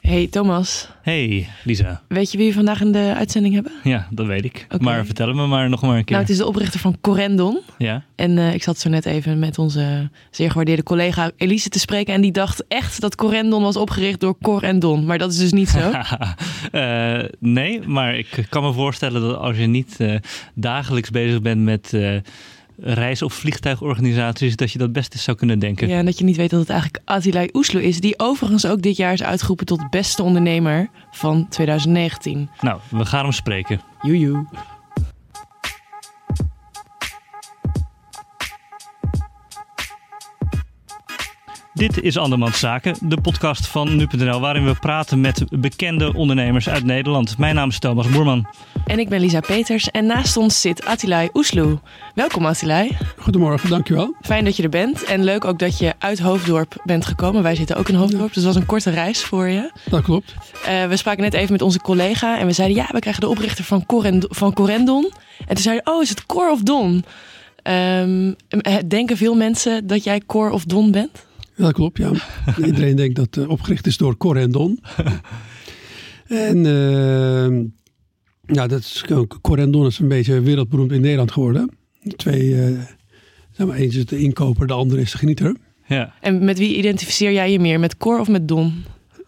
Hey Thomas. Hey Lisa. Weet je wie we vandaag in de uitzending hebben? Ja, dat weet ik. Okay. Maar vertel het me maar nog maar een keer. Nou, het is de oprichter van Corendon. Ja. En ik zat zo net even met onze zeer gewaardeerde collega Elise te spreken. En die dacht echt dat Corendon was opgericht door Cor en Don. Maar dat is dus niet zo. Nee, maar ik kan me voorstellen dat als je niet dagelijks bezig bent met reis- of vliegtuigorganisaties, dat je dat best eens zou kunnen denken. Ja, en dat je niet weet dat het eigenlijk Atilay Oesloe is. Die overigens ook dit jaar is uitgeroepen tot beste ondernemer van 2019. Nou, we gaan hem spreken. Joejoe. Dit is Andermans Zaken, de podcast van nu.nl, waarin we praten met bekende ondernemers uit Nederland. Mijn naam is Thomas Boerman. En ik ben Lisa Peters en naast ons zit Atilay Oesloe. Welkom Atilay. Goedemorgen, dankjewel. Fijn dat je er bent en leuk ook dat je uit Hoofddorp bent gekomen. Wij zitten ook in Hoofddorp, dus dat was een korte reis voor je. Dat klopt. We spraken net even met onze collega en we zeiden ja, we krijgen de oprichter van Corendon. En toen zeiden is het Cor of Don? Denken veel mensen dat jij Cor of Don bent? Dat klopt, ja. Iedereen denkt dat het opgericht is door Cor en Don. En dat is, Cor en Don is een beetje wereldberoemd in Nederland geworden. Twee, zeg maar, eentje is de inkoper, de andere is de genieter. Ja. En met wie identificeer jij je meer? Met Cor of met Don?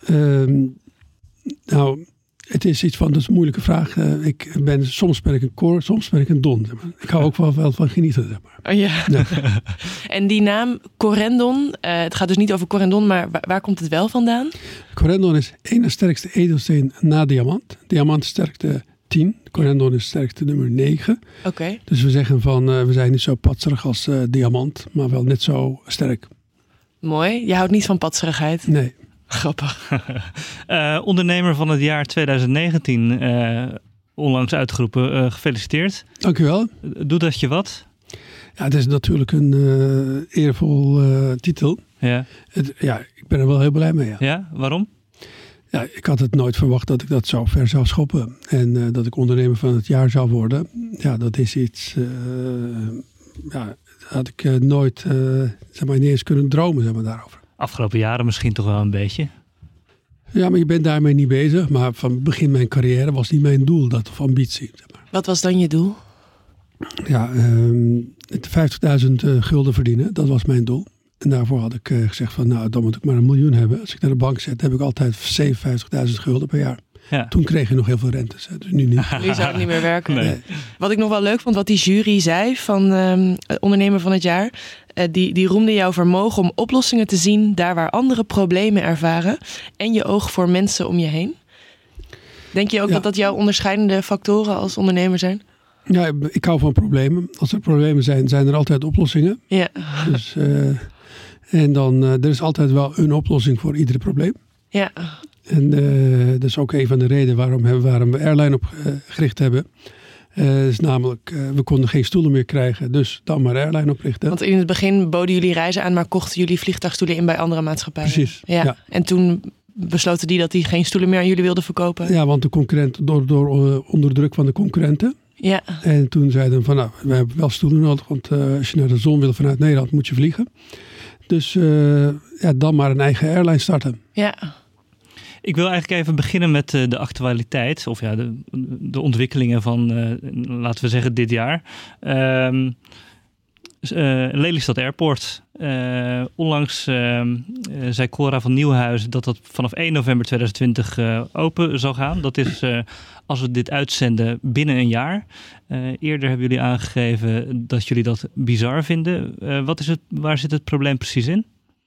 Het is iets van, dat is een moeilijke vraag. Soms ben ik een Cor, soms ben ik een Don. Zeg maar. Ik hou ook wel van genieten. Zeg maar. Oh, ja. Ja. En die naam Corendon, het gaat dus niet over Corendon, maar waar komt het wel vandaan? Corendon is één sterkste edelsteen na diamant. Diamant is sterkte 10. Corendon is sterkte nummer 9. Okay. Dus we zeggen van, we zijn niet zo patserig als diamant, maar wel net zo sterk. Mooi. Je houdt niet van patserigheid? Nee. Grappig. Ondernemer van het jaar 2019, onlangs uitgeroepen. Gefeliciteerd. Dank u wel. Doet dat je wat? Ja, het is natuurlijk een eervol titel. Ja. Ik ben er wel heel blij mee. Ja. Ja, waarom? Ja, ik had het nooit verwacht dat ik dat zo ver zou schoppen. En dat ik ondernemer van het jaar zou worden. Ja, dat is iets... had ik nooit niet eens kunnen dromen daarover. Afgelopen jaren misschien toch wel een beetje. Ja, maar je bent daarmee niet bezig. Maar van begin mijn carrière was niet mijn doel, dat of ambitie. Zeg maar. Wat was dan je doel? Ja, 50.000 gulden verdienen, dat was mijn doel. En daarvoor had ik gezegd van, dan moet ik maar 1 miljoen hebben. Als ik naar de bank zet, heb ik altijd 57.000 gulden per jaar. Ja. Toen kreeg je nog heel veel rentes. Dus nu niet. Nu zou het niet meer werken. Nee. Wat ik nog wel leuk vond, wat die jury zei van ondernemer van het jaar. Die roemde jouw vermogen om oplossingen te zien daar waar anderen problemen ervaren. En je oog voor mensen om je heen. Denk je ook dat jouw onderscheidende factoren als ondernemer zijn? Ja, ik hou van problemen. Als er problemen zijn, zijn er altijd oplossingen. Ja. Dus, en dan, er is altijd wel een oplossing voor ieder probleem. Ja. En dat is ook een van de redenen waarom we Airline opgericht hebben. Is namelijk, we konden geen stoelen meer krijgen, dus dan maar Airline oprichten. Want in het begin boden jullie reizen aan, maar kochten jullie vliegtuigstoelen in bij andere maatschappijen. Precies. Ja. En toen besloten die dat die geen stoelen meer aan jullie wilden verkopen. Ja, want de concurrenten, door onder druk van de concurrenten. Ja. En toen zeiden we van, we hebben wel stoelen nodig, want als je naar de zon wil vanuit Nederland, moet je vliegen. Dus dan maar een eigen airline starten. Ja. Ik wil eigenlijk even beginnen met de actualiteit. Of ja, de ontwikkelingen van, laten we zeggen, dit jaar. Lelystad Airport. Onlangs zei Cora van Nieuwhuizen dat vanaf 1 november 2020 open zal gaan. Dat is, als we dit uitzenden, binnen een jaar. Eerder hebben jullie aangegeven dat jullie dat bizar vinden. Waar zit het probleem precies in?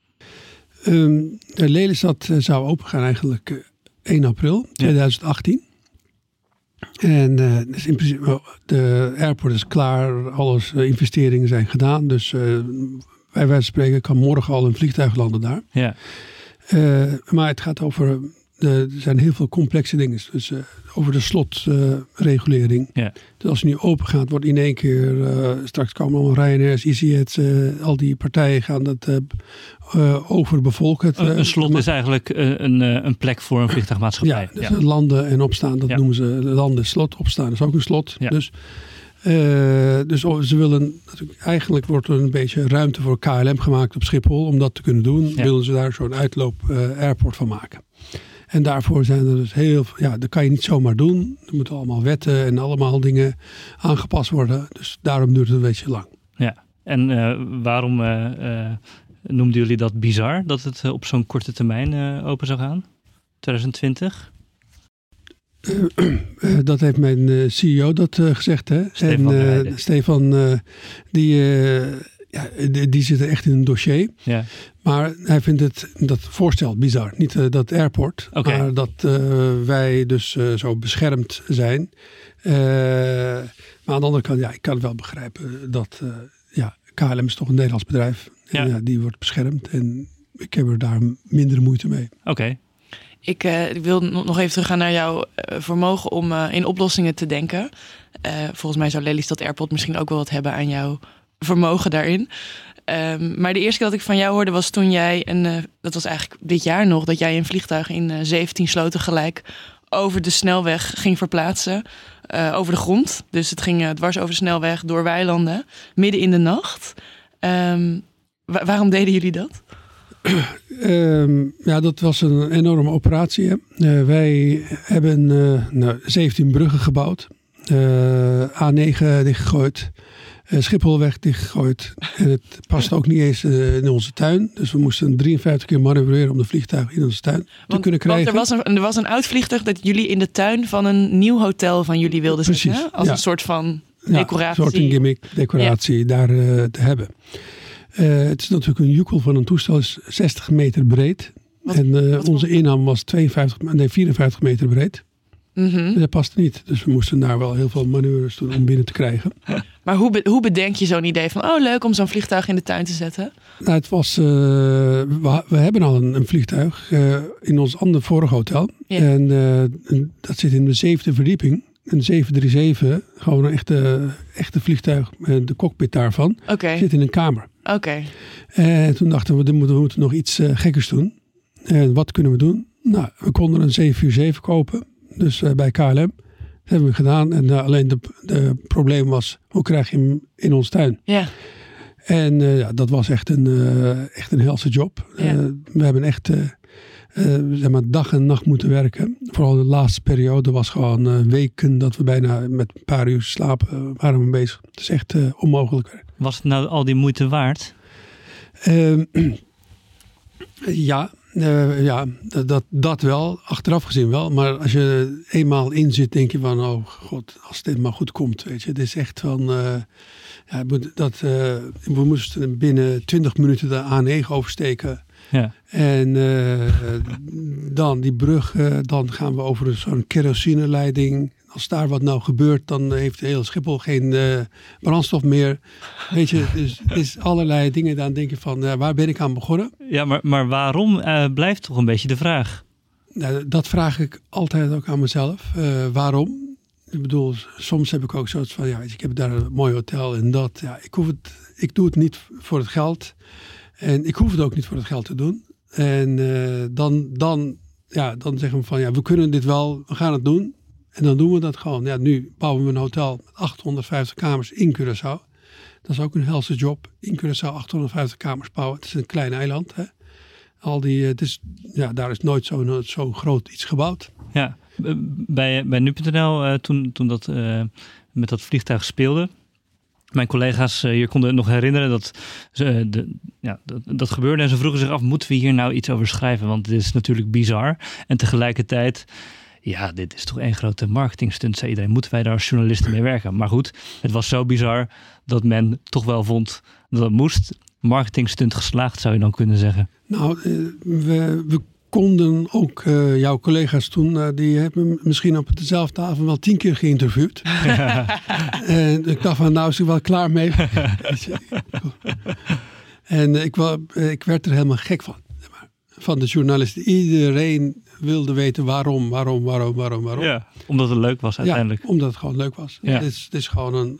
Lelystad zou opengaan eigenlijk 1 april 2018. En dus in principe, de airport is klaar, alles investeringen zijn gedaan. Dus bij wijze van spreken kan morgen al een vliegtuig landen daar. Ja. Maar het gaat over, er zijn heel veel complexe dingen. Dus over de slotregulering. Dus als het nu open gaat, wordt in één keer, straks komen allemaal Ryanairs, EasyJet, al die partijen gaan dat overbevolken. Een slot is eigenlijk een plek voor een vliegtuigmaatschappij. Ja, dus landen en opstaan, dat noemen ze landen, slot. Opstaan is ook een slot. Ja. Dus ze willen, eigenlijk wordt er een beetje ruimte voor KLM gemaakt op Schiphol om dat te kunnen doen. Ja. Willen ze daar zo'n uitloop airport van maken. En daarvoor zijn er dus dat kan je niet zomaar doen. Er moeten allemaal wetten en allemaal dingen aangepast worden. Dus daarom duurt het een beetje lang. Ja, en waarom noemden jullie dat bizar, dat het op zo'n korte termijn open zou gaan? 2020? Dat heeft mijn CEO gezegd. Hè? Stefan, die zit er echt in een dossier. Ja. Maar hij vindt dat voorstel bizar. Niet dat airport, maar dat wij dus zo beschermd zijn. Maar aan de andere kant, ik kan het wel begrijpen dat KLM is toch een Nederlands bedrijf. Ja. En, die wordt beschermd en ik heb er daar minder moeite mee. Oké. Ik wil nog even teruggaan naar jouw vermogen om in oplossingen te denken. Volgens mij zou Lelystad Airport misschien ook wel wat hebben aan jouw vermogen daarin. Maar de eerste keer dat ik van jou hoorde was toen jij, dat was eigenlijk dit jaar nog, dat jij een vliegtuig in 17 sloten gelijk over de snelweg ging verplaatsen. Over de grond. Dus het ging dwars over de snelweg, door weilanden, midden in de nacht. Waarom deden jullie dat? Dat was een enorme operatie. Wij hebben 17 bruggen gebouwd. A9 dichtgegooid. Schipholweg dichtgegooid. En het past ook niet eens in onze tuin. Dus we moesten 53 keer manoeuvreren om de vliegtuig in onze tuin te kunnen krijgen. Want er was een oud vliegtuig dat jullie in de tuin van een nieuw hotel van jullie wilden zetten. Hè? Als een soort van decoratie. Een soort gimmick decoratie daar te hebben. Het is natuurlijk een joekel van een toestel, is 60 meter breed. Onze inham was 54 meter breed. Mm-hmm. Dat past niet. Dus we moesten daar wel heel veel manoeuvres doen om binnen te krijgen. Maar hoe bedenk je zo'n idee van, leuk om zo'n vliegtuig in de tuin te zetten? Nou, het was, we hebben al een vliegtuig in ons andere vorige hotel. Ja. En dat zit in de 7e verdieping. Een 737, gewoon een echte vliegtuig, de cockpit daarvan, zit in een kamer. Oké. En toen dachten we moeten nog iets gekkers doen. En wat kunnen we doen? Nou, we konden een 747 kopen, dus bij KLM. Dat hebben we gedaan. En alleen de probleem was, hoe krijg je hem in ons tuin? Ja. En dat was echt een helse job. Ja. We hebben echt dag en nacht moeten werken. Vooral de laatste periode was gewoon weken dat we bijna met een paar uur slapen waren we bezig. Het is echt onmogelijk werk. Was het nou al die moeite waard? Dat wel. Achteraf gezien wel. Maar als je eenmaal in zit, denk je van, oh god, als dit maar goed komt. Weet je, het is echt van, we moesten binnen 20 minuten de A9 oversteken. Ja. En dan die brug, dan gaan we over zo'n kerosineleiding. Als daar wat nou gebeurt, dan heeft heel Schiphol geen brandstof meer. Weet je, dus het is allerlei dingen. Dan denk je van, waar ben ik aan begonnen? Ja, maar waarom blijft toch een beetje de vraag? Dat vraag ik altijd ook aan mezelf. Waarom? Ik bedoel, soms heb ik ook zoiets van, ik heb daar een mooi hotel en dat. Ja, ik doe het niet voor het geld. En ik hoef het ook niet voor het geld te doen. En dan zeggen we van, we kunnen dit wel, we gaan het doen. En dan doen we dat gewoon. Ja, nu bouwen we een hotel met 850 kamers in Curaçao. Dat is ook een helse job. In Curaçao 850 kamers bouwen. Het is een klein eiland. Hè? Daar is nooit zo groot iets gebouwd. Ja, bij nu.nl toen dat met dat vliegtuig speelde. Mijn collega's hier konden nog herinneren dat gebeurde. En ze vroegen zich af, moeten we hier nou iets over schrijven? Want dit is natuurlijk bizar. En tegelijkertijd, dit is toch één grote marketingstunt, zei iedereen. Moeten wij daar als journalisten mee werken? Maar goed, het was zo bizar dat men toch wel vond dat het moest. Marketingstunt geslaagd, zou je dan kunnen zeggen. Nou, we konden ook jouw collega's toen, die hebben misschien op dezelfde avond wel 10 keer geïnterviewd. En ik dacht van, nou is ik wel klaar mee. En ik werd er helemaal gek van de journalisten. Iedereen wilde weten waarom. Ja, omdat het leuk was uiteindelijk. Ja, omdat het gewoon leuk was. Ja. Het is gewoon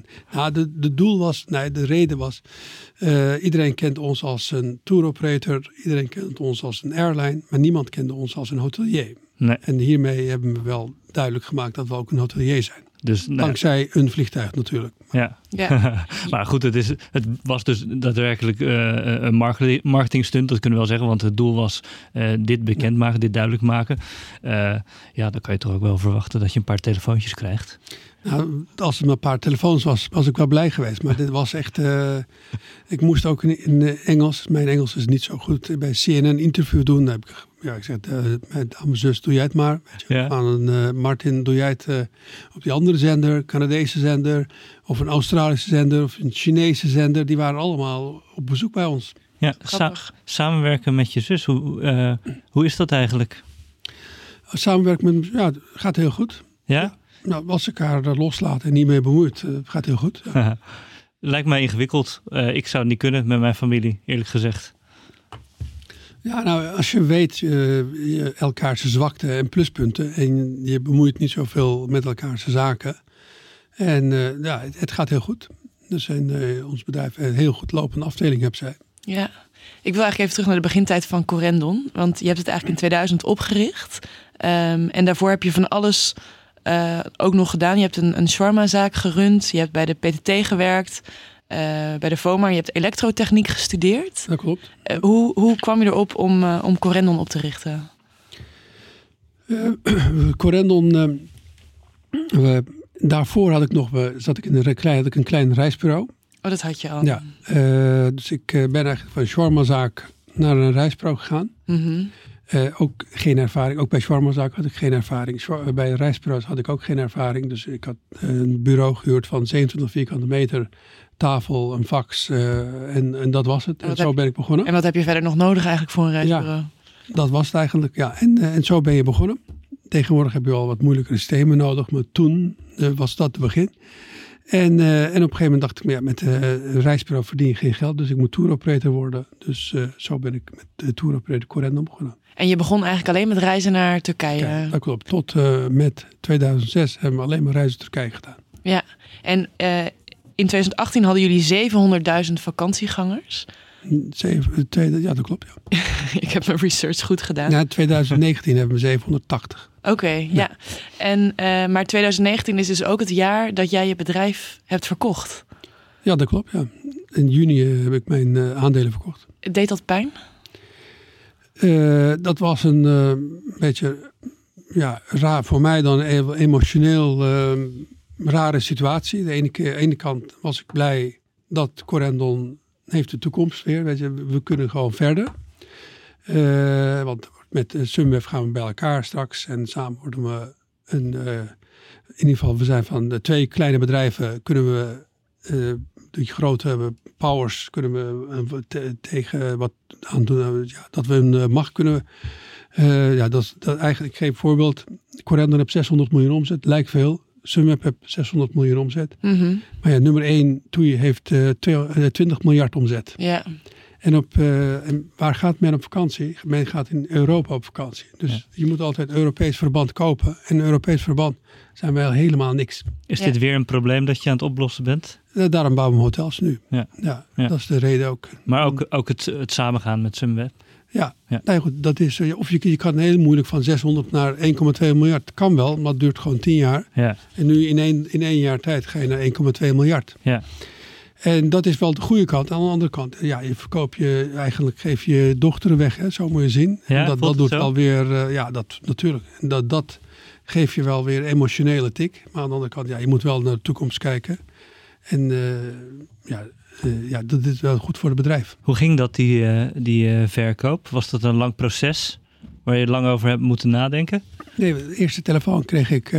de reden was, iedereen kent ons als een tour operator. Iedereen kent ons als een airline. Maar niemand kende ons als een hotelier. Nee. En hiermee hebben we wel duidelijk gemaakt dat we ook een hotelier zijn. Dus, dankzij een vliegtuig natuurlijk. Ja. Maar goed, het was dus daadwerkelijk een marketingstunt, dat kunnen we wel zeggen. Want het doel was dit bekendmaken, dit duidelijk maken. Dan kan je toch ook wel verwachten dat je een paar telefoontjes krijgt. Nou, als het maar een paar telefoons was ik wel blij geweest. Maar dit was echt... ik moest ook in Engels, mijn Engels is niet zo goed, bij CNN een interview doen. Dan heb ik zeg, aan mijn zus, doe jij het maar. Aan Martin, doe jij het op die andere zender, Canadese zender, of een Australische zender, of een Chinese zender. Die waren allemaal op bezoek bij ons. Ja, samenwerken met je zus, hoe is dat eigenlijk? Samenwerken gaat heel goed. Ja? Nou, als ik haar loslaat en niet meer bemoeit, gaat heel goed. Ja. Lijkt mij ingewikkeld. Ik zou het niet kunnen met mijn familie, eerlijk gezegd. Ja, nou, als je weet elkaars zwakte en pluspunten en je bemoeit niet zoveel met elkaars zaken. En het gaat heel goed. Dus ons bedrijf een heel goed lopende afdeling heeft zij. Ja, ik wil eigenlijk even terug naar de begintijd van Corendon. Want je hebt het eigenlijk in 2000 opgericht. En daarvoor heb je van alles ook nog gedaan. Je hebt een shawarma-zaak gerund. Je hebt bij de PTT gewerkt. Bij de FOMAR. Je hebt elektrotechniek gestudeerd. Dat klopt. Hoe kwam je erop om Corendon op te richten? Corendon... daarvoor had ik een klein reisbureau. Oh, dat had je al. Ja, dus ik ben eigenlijk van shawarmazaak naar een reisbureau gegaan. Mm-hmm. Ook geen ervaring. Ook bij shawarmazaak had ik geen ervaring. Bij reisbureaus had ik ook geen ervaring. Dus ik had een bureau gehuurd van 27 vierkante meter, tafel, een fax en dat was het. En zo ben ik begonnen. En wat heb je verder nog nodig eigenlijk voor een reisbureau? Ja, dat was het eigenlijk. Ja. En zo ben je begonnen. Tegenwoordig heb je al wat moeilijkere systemen nodig. Maar toen was dat het begin. En op een gegeven moment dacht ik, met reisbureau verdien je geen geld. Dus ik moet touroperator worden. Dus zo ben ik met de touroperator Corendon begonnen. En je begon eigenlijk alleen met reizen naar Turkije? Ja, dat klopt. Tot met 2006 hebben we alleen maar reizen naar Turkije gedaan. Ja, en in 2018 hadden jullie 700.000 vakantiegangers. Ja, dat klopt. Ja. Ik heb mijn research goed gedaan. Ja, 2019 hebben we 780. Oké, ja. En, maar 2019 is dus ook het jaar dat jij je bedrijf hebt verkocht. Ja, dat klopt. Ja. In juni heb ik mijn aandelen verkocht. Deed dat pijn? Dat was een beetje raar voor mij dan een emotioneel rare situatie. De ene kant was ik blij dat Corendon heeft de toekomst weer. Weet je, we kunnen gewoon verder. Want met Sunweb gaan we bij elkaar straks. En samen worden we in ieder geval, we zijn van de 2 kleine bedrijven, kunnen we de grote powers kunnen we tegen wat aan doen. Dat we een macht kunnen. Dat eigenlijk, ik geef een voorbeeld. Corendon heeft 600 miljoen omzet. Lijkt veel. Sunweb heeft 600 miljoen omzet. Mm-hmm. Maar ja, nummer 1, TUI heeft 20 miljard omzet. Ja. En waar gaat men op vakantie? Men gaat in Europa op vakantie. Dus je moet altijd Europees verband kopen. En Europees verband zijn wij helemaal niks. Is dit weer een probleem dat je aan het oplossen bent? Daarom bouwen we hotels nu. Ja. Dat is de reden ook. Maar ook het samengaan met Sunweb? Ja. Nou goed, dat is, of je kan heel moeilijk van 600 naar 1,2 miljard. Kan wel, maar het duurt gewoon 10 jaar. Ja. En nu in één jaar tijd ga je naar 1,2 miljard. Ja. En dat is wel de goede kant. Aan de andere kant, geef je dochteren weg. Hè? Zo moet je zien. Ja, dat doet wel weer, dat natuurlijk. En dat geeft je wel weer emotionele tik. Maar aan de andere kant, je moet wel naar de toekomst kijken. En dat is wel goed voor het bedrijf. Hoe ging dat, die verkoop? Was dat een lang proces waar je lang over hebt moeten nadenken? Nee, de eerste telefoon kreeg ik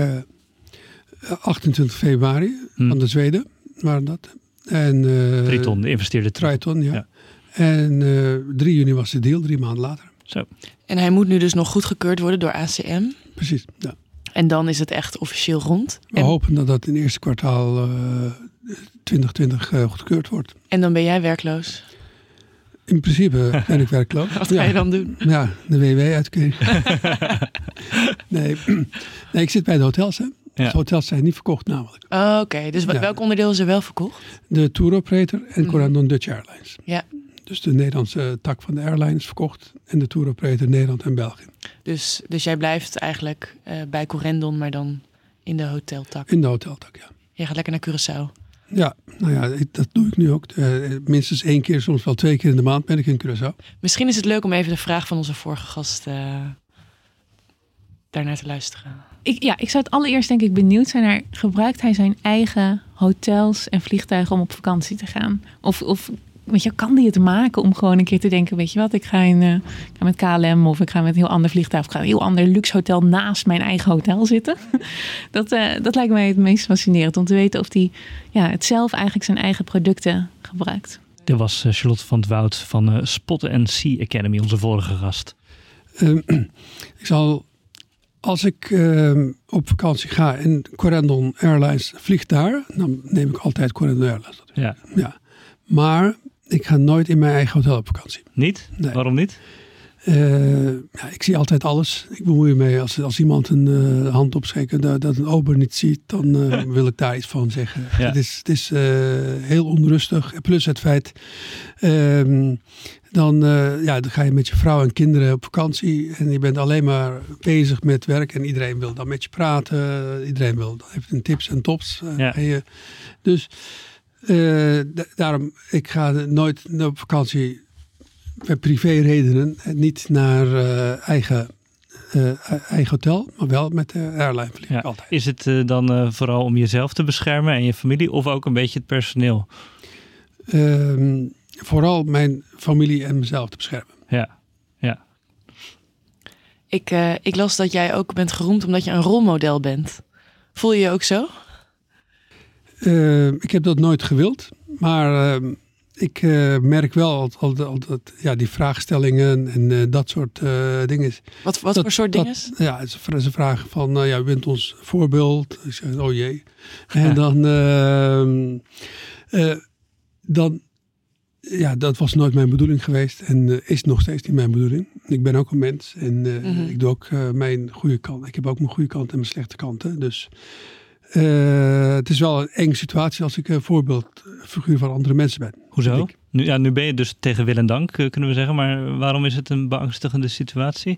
28 februari van de Zweden. Waren dat. En, Triton, de investeerde Triton, ja. En 3 juni was de deal, 3 maanden later. Zo. En hij moet nu dus nog goedgekeurd worden door ACM? Precies, ja. En dan is het echt officieel rond? We hopen dat dat in het eerste kwartaal 2020 goedgekeurd wordt. En dan ben jij werkloos? In principe ben ik werkloos. Wat ga je dan doen? Ja, de WW-uitkering. Nee, ik zit bij de hotels, hè. Ja. De hotels zijn niet verkocht namelijk. Oh, oké. Dus welk onderdeel is er wel verkocht? De tour operator en Corendon Dutch Airlines. Ja. Dus de Nederlandse tak van de airline is verkocht. En de tour operator Nederland en België. Dus jij blijft eigenlijk bij Corendon, maar dan in de hoteltak? In de hoteltak, ja. Je gaat lekker naar Curaçao. Ja, nou ja, dat doe ik nu ook. Minstens 1 keer, soms wel 2 keer in de maand ben ik in Curaçao. Misschien is het leuk om even de vraag van onze vorige gast daarnaar te luisteren. Ik zou het allereerst denk ik benieuwd zijn naar... gebruikt hij zijn eigen hotels en vliegtuigen om op vakantie te gaan? Of weet je, kan hij het maken om gewoon een keer te denken... weet je wat, ik ga met KLM of ik ga met een heel ander vliegtuig... of ik ga een heel ander luxe hotel naast mijn eigen hotel zitten. Dat lijkt mij het meest fascinerend. Om te weten of hij het zelf eigenlijk zijn eigen producten gebruikt. Dit was Charlotte van 't Woud van Spot & Sea Academy, onze vorige gast. Als ik op vakantie ga en Corendon Airlines vliegt daar... dan neem ik altijd Corendon Airlines. Ja. Maar ik ga nooit in mijn eigen hotel op vakantie. Niet? Nee. Waarom niet? Ik zie altijd alles. Ik bemoei me mee als iemand een hand opsteekt dat een ober niet ziet, dan wil ik daar iets van zeggen. Ja. Het is heel onrustig. Plus het feit, dan ga je met je vrouw en kinderen op vakantie en je bent alleen maar bezig met werk en iedereen wil dan met je praten. Iedereen heeft een tips en tops. Dus daarom, ik ga nooit op vakantie voor privéredenen, niet naar eigen hotel, maar wel met de airline vliegen. Altijd. Is het dan vooral om jezelf te beschermen en je familie of ook een beetje het personeel? Vooral mijn familie en mezelf te beschermen. Ja. Ik las dat jij ook bent geroemd omdat je een rolmodel bent. Voel je je ook zo? Ik heb dat nooit gewild, maar ik merk wel dat die vraagstellingen en dat soort dingen. Wat voor soort dingen? Ja, ze vragen van, u bent ons voorbeeld. Ik zeg, oh jee. En dan dat was nooit mijn bedoeling geweest en is nog steeds niet mijn bedoeling. Ik ben ook een mens en ik doe ook mijn goede kant. Ik heb ook mijn goede kant en mijn slechte kanten. Dus het is wel een enge situatie als ik een voorbeeldfiguur van andere mensen ben. Hoezo? Nu ben je dus tegen wil en dank, kunnen we zeggen. Maar waarom is het een beangstigende situatie?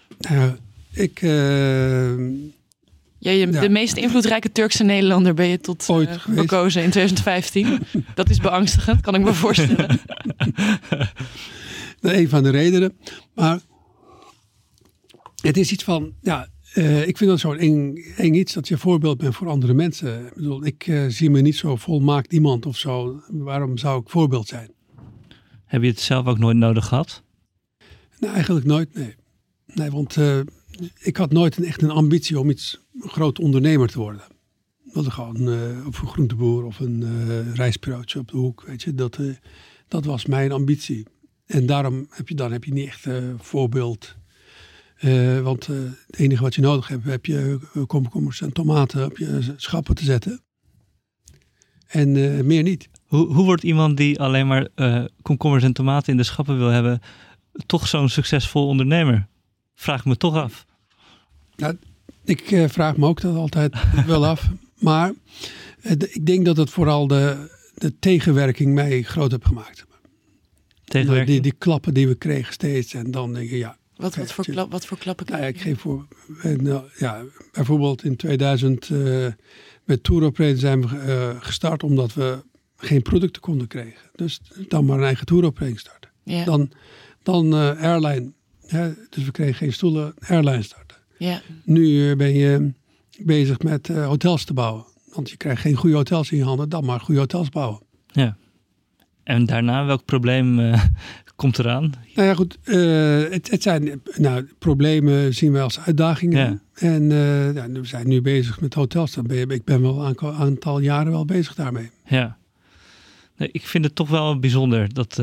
De meest invloedrijke Turkse Nederlander ben je tot gekozen in 2015. Dat is beangstigend, kan ik me voorstellen. Dat is een van de redenen. Maar het is iets van... ik vind dat zo'n eng iets dat je voorbeeld bent voor andere mensen. Ik bedoel, ik zie me niet zo volmaakt iemand of zo. Waarom zou ik voorbeeld zijn? Heb je het zelf ook nooit nodig gehad? Nou, eigenlijk nooit, nee. Nee, want ik had nooit echt een ambitie om een groot ondernemer te worden. Dat gewoon of een groenteboer of een rijstbureautje op de hoek, weet je. Dat was mijn ambitie. En daarom heb je niet echt voorbeeld. Want het enige wat je nodig hebt, heb je komkommers en tomaten op je schappen te zetten. En meer niet. Hoe wordt iemand die alleen maar komkommers en tomaten in de schappen wil hebben, toch zo'n succesvol ondernemer? Vraag me toch af. Nou, ik vraag me ook dat altijd wel af. Maar ik denk dat het vooral de tegenwerking mij groot heeft gemaakt. Tegenwerking? Die klappen die we kregen steeds. En dan denk je, Wat voor klappen kreeg je? Ik geef bijvoorbeeld in 2000 met Touroperator zijn we gestart omdat we geen producten konden krijgen. Dus dan maar een eigen Touroperator starten. Yeah. Dan airline. Dus we kregen geen stoelen, airline starten. Yeah. Nu ben je bezig met hotels te bouwen. Want je krijgt geen goede hotels in je handen, dan maar goede hotels bouwen. Ja. En daarna, welk probleem komt eraan? Nou ja, goed. Het zijn problemen zien wij als uitdagingen. Ja. En we zijn nu bezig met hotels. Ik ben wel een aantal jaren wel bezig daarmee. Ja. Nee, ik vind het toch wel bijzonder dat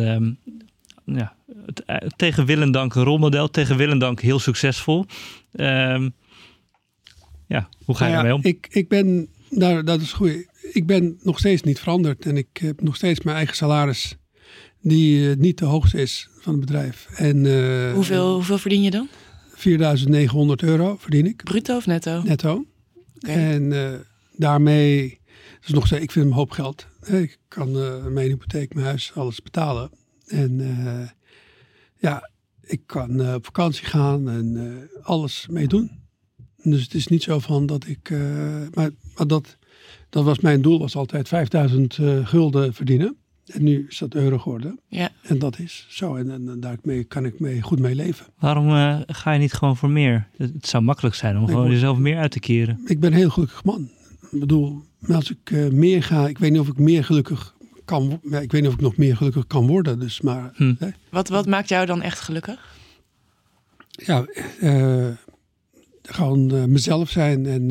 tegen wil en dank een rolmodel, tegen wil en dank heel succesvol. Hoe ga je ermee om? Ik ben, dat is goed. Ik ben nog steeds niet veranderd en ik heb nog steeds mijn eigen salaris die niet de hoogste is van het bedrijf. En, hoeveel verdien je dan? €4.900 verdien ik. Bruto of netto? Netto. Okay. En daarmee, dus nog steeds, ik vind hem een hoop geld. Ik kan mijn hypotheek, mijn huis, alles betalen. En ik kan op vakantie gaan en alles mee doen. Dus het is niet zo van dat ik... maar dat was mijn doel, was altijd 5000 gulden verdienen. En nu is dat euro geworden. Ja. En dat is zo. En daarmee kan ik goed mee leven. Waarom ga je niet gewoon voor meer? Het zou makkelijk zijn om gewoon jezelf meer uit te keren. Ik ben een heel gelukkig man. Ik bedoel, als ik meer ga... Ik weet niet of ik meer gelukkig kan... Ik weet niet of ik nog meer gelukkig kan worden. Dus maar, Wat maakt jou dan echt gelukkig? Ja, gewoon mezelf zijn. En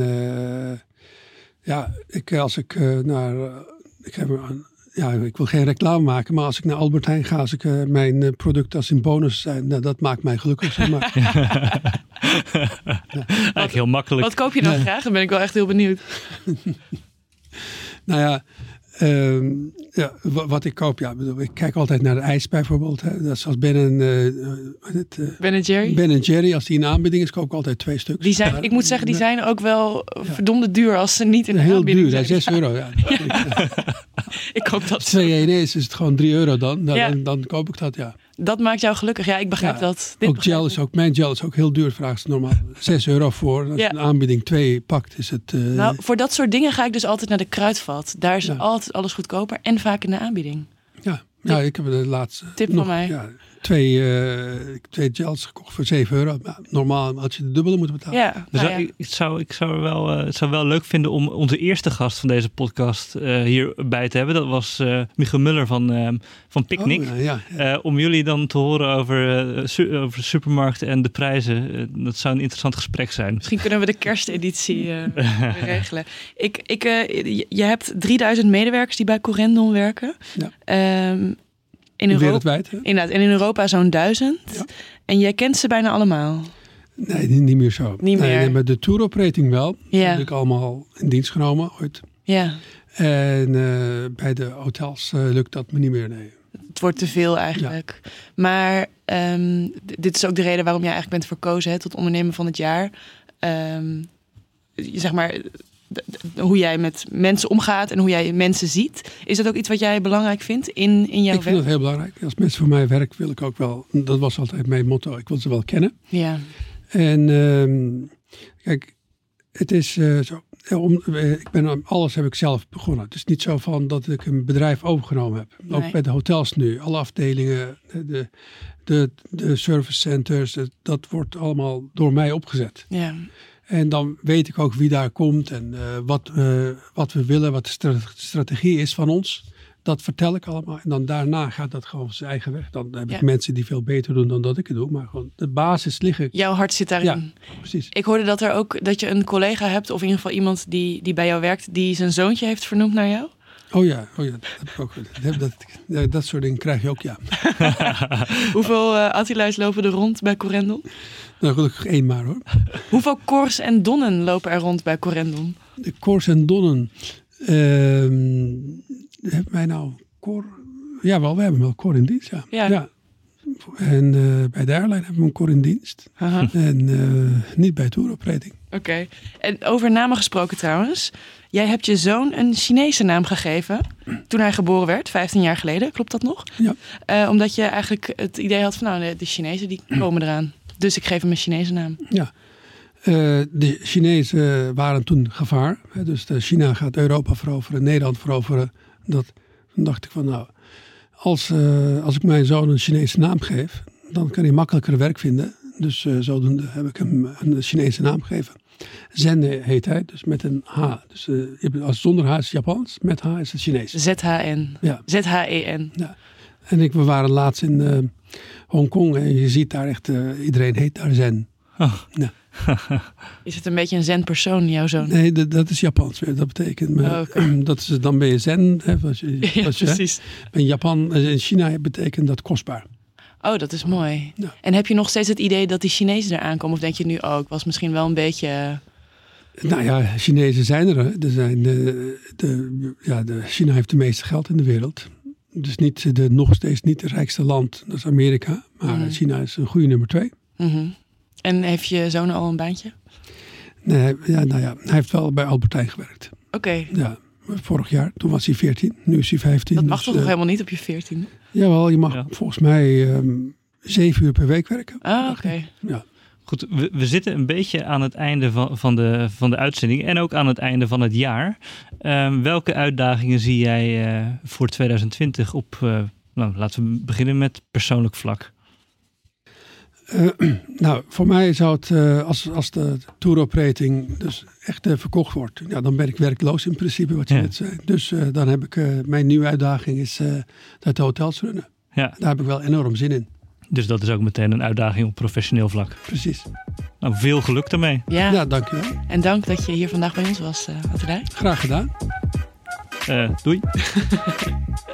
ik wil geen reclame maken, maar als ik naar Albert Heijn ga, als ik mijn producten als in bonus zijn, dat maakt mij gelukkig. Zeg maar. Eigenlijk heel makkelijk. Wat koop je dan graag? Dan ben ik wel echt heel benieuwd. Nou ja, wat ik koop, ik kijk altijd naar de ijs bijvoorbeeld. Hè. Dat is als Ben Jerry? Ben Jerry, als die in aanbieding is, koop ik altijd 2 stuks. Ik moet zeggen, die zijn ook wel verdomde duur als ze niet in de aanbieding zijn. Heel duur, €6. Ja. Ik koop dat. 2 is het gewoon €3 dan. Dan koop ik dat, ja. Dat maakt jou gelukkig. Ja, ik begrijp dat. Mijn gel is ook heel duur. Vraag ze normaal €6 voor. Als je een aanbieding 2 pakt, is het... Nou, voor dat soort dingen ga ik dus altijd naar de Kruidvat. Daar is altijd alles goedkoper en vaak in de aanbieding. Ja, ik heb de laatste... Tip van mij. Ja, 2 gels gekocht voor €7. Maar normaal had je de dubbele moeten betalen. Ja, Ik zou het wel leuk vinden om onze eerste gast van deze podcast hierbij te hebben. Dat was Michiel Muller van Picnic. Om jullie dan te horen over de supermarkten en de prijzen. Dat zou een interessant gesprek zijn. Misschien kunnen we de kersteditie regelen. Je hebt 3000 medewerkers die bij Corendon werken. Ja. Wereldwijd, hè? Inderdaad, en in Europa zo'n 1000. Ja. En jij kent ze bijna allemaal? Nee, niet meer zo. Nee, maar de tour operating wel. Dat heb ik allemaal in dienst genomen ooit. Ja. En bij de hotels lukt dat me niet meer, nee. Het wordt te veel eigenlijk. Ja. Maar dit is ook de reden waarom jij eigenlijk bent verkozen tot ondernemer van het jaar. Zeg maar... hoe jij met mensen omgaat en hoe jij mensen ziet. Is dat ook iets wat jij belangrijk vindt in jouw werk? Ik vind dat heel belangrijk. Als mensen voor mij werken, wil ik ook wel... Dat was altijd mijn motto. Ik wil ze wel kennen. Ja. En kijk, het is zo... Alles heb ik zelf begonnen. Het is niet zo van dat ik een bedrijf overgenomen heb. Nee. Ook bij de hotels nu. Alle afdelingen, de service centers, dat wordt allemaal door mij opgezet. Ja. En dan weet ik ook wie daar komt en wat we willen, wat de strategie is van ons. Dat vertel ik allemaal. En dan daarna gaat dat gewoon zijn eigen weg. Dan heb ik mensen die veel beter doen dan dat ik het doe. Maar gewoon de basis liggen. Jouw hart zit daarin. Ja, precies. Ik hoorde dat je een collega hebt, of in ieder geval iemand die bij jou werkt, die zijn zoontje heeft vernoemd naar jou. Oh ja, dat heb ik ook. Dat soort dingen krijg je ook, ja. Hoeveel Attila's lopen er rond bij Corendon? Nou, gelukkig 1 maar, hoor. Hoeveel Cors en Donnen lopen er rond bij Corendon? De Cors en Donnen... hebben wij nou Cor... Jawel, we hebben wel Cor in dienst, ja. En bij de airline hebben we een Cor in dienst. En niet bij tour operating. Oké. En over namen gesproken trouwens. Jij hebt je zoon een Chinese naam gegeven toen hij geboren werd, 15 jaar geleden. Klopt dat nog? Ja. Omdat je eigenlijk het idee had van de Chinezen die komen eraan. Dus ik geef hem een Chinese naam. Ja. De Chinezen waren toen gevaar. Dus China gaat Europa veroveren, Nederland veroveren. Toen dacht ik van nou, als ik mijn zoon een Chinese naam geef, dan kan hij makkelijker werk vinden. Dus zodoende heb ik hem een Chinese naam gegeven. Zen heet hij, dus met een H. Dus als zonder H is het Japans, met H is het Chinees. Z-H-N. Ja. Z-H-E-N. Ja. En we waren laatst in Hongkong en je ziet daar echt, iedereen heet daar Zen. Oh. Ja. Is het een beetje een zen-persoon, jouw zoon? Nee, dat is Japans. Dat betekent, dat is, dan ben je zen. Hè, precies. In Japan, in China betekent dat kostbaar. Oh, dat is mooi. Ja. En heb je nog steeds het idee dat die Chinezen eraan komen? Of denk je nu, ik was misschien wel een beetje... Nou ja, Chinezen zijn er. Er zijn China heeft de meeste geld in de wereld. Dus nog steeds niet het rijkste land, dat is Amerika. Maar China is een goede nummer 2. Mm-hmm. En heeft je zoon al een baantje? Nee, hij heeft wel bij Albert Heijn gewerkt. Oké. Ja, vorig jaar. Toen was hij 14, nu is hij 15. Dat mag toch nog helemaal niet op je 14? Jawel, je mag volgens mij 7 uur per week werken. Ah, oké. Ja. Goed, we zitten een beetje aan het einde van de uitzending en ook aan het einde van het jaar. Welke uitdagingen zie jij voor 2020 op, laten we beginnen met persoonlijk vlak? Voor mij zou het, als de tour operating dus echt verkocht wordt, dan ben ik werkloos in principe, wat je net zei. Dus dan heb ik, mijn nieuwe uitdaging is dat de hotels runnen. Ja. Daar heb ik wel enorm zin in. Dus dat is ook meteen een uitdaging op professioneel vlak. Precies. Nou, veel geluk daarmee. Ja, dankjewel. En dank dat je hier vandaag bij ons was, Attilij. Graag gedaan. Doei.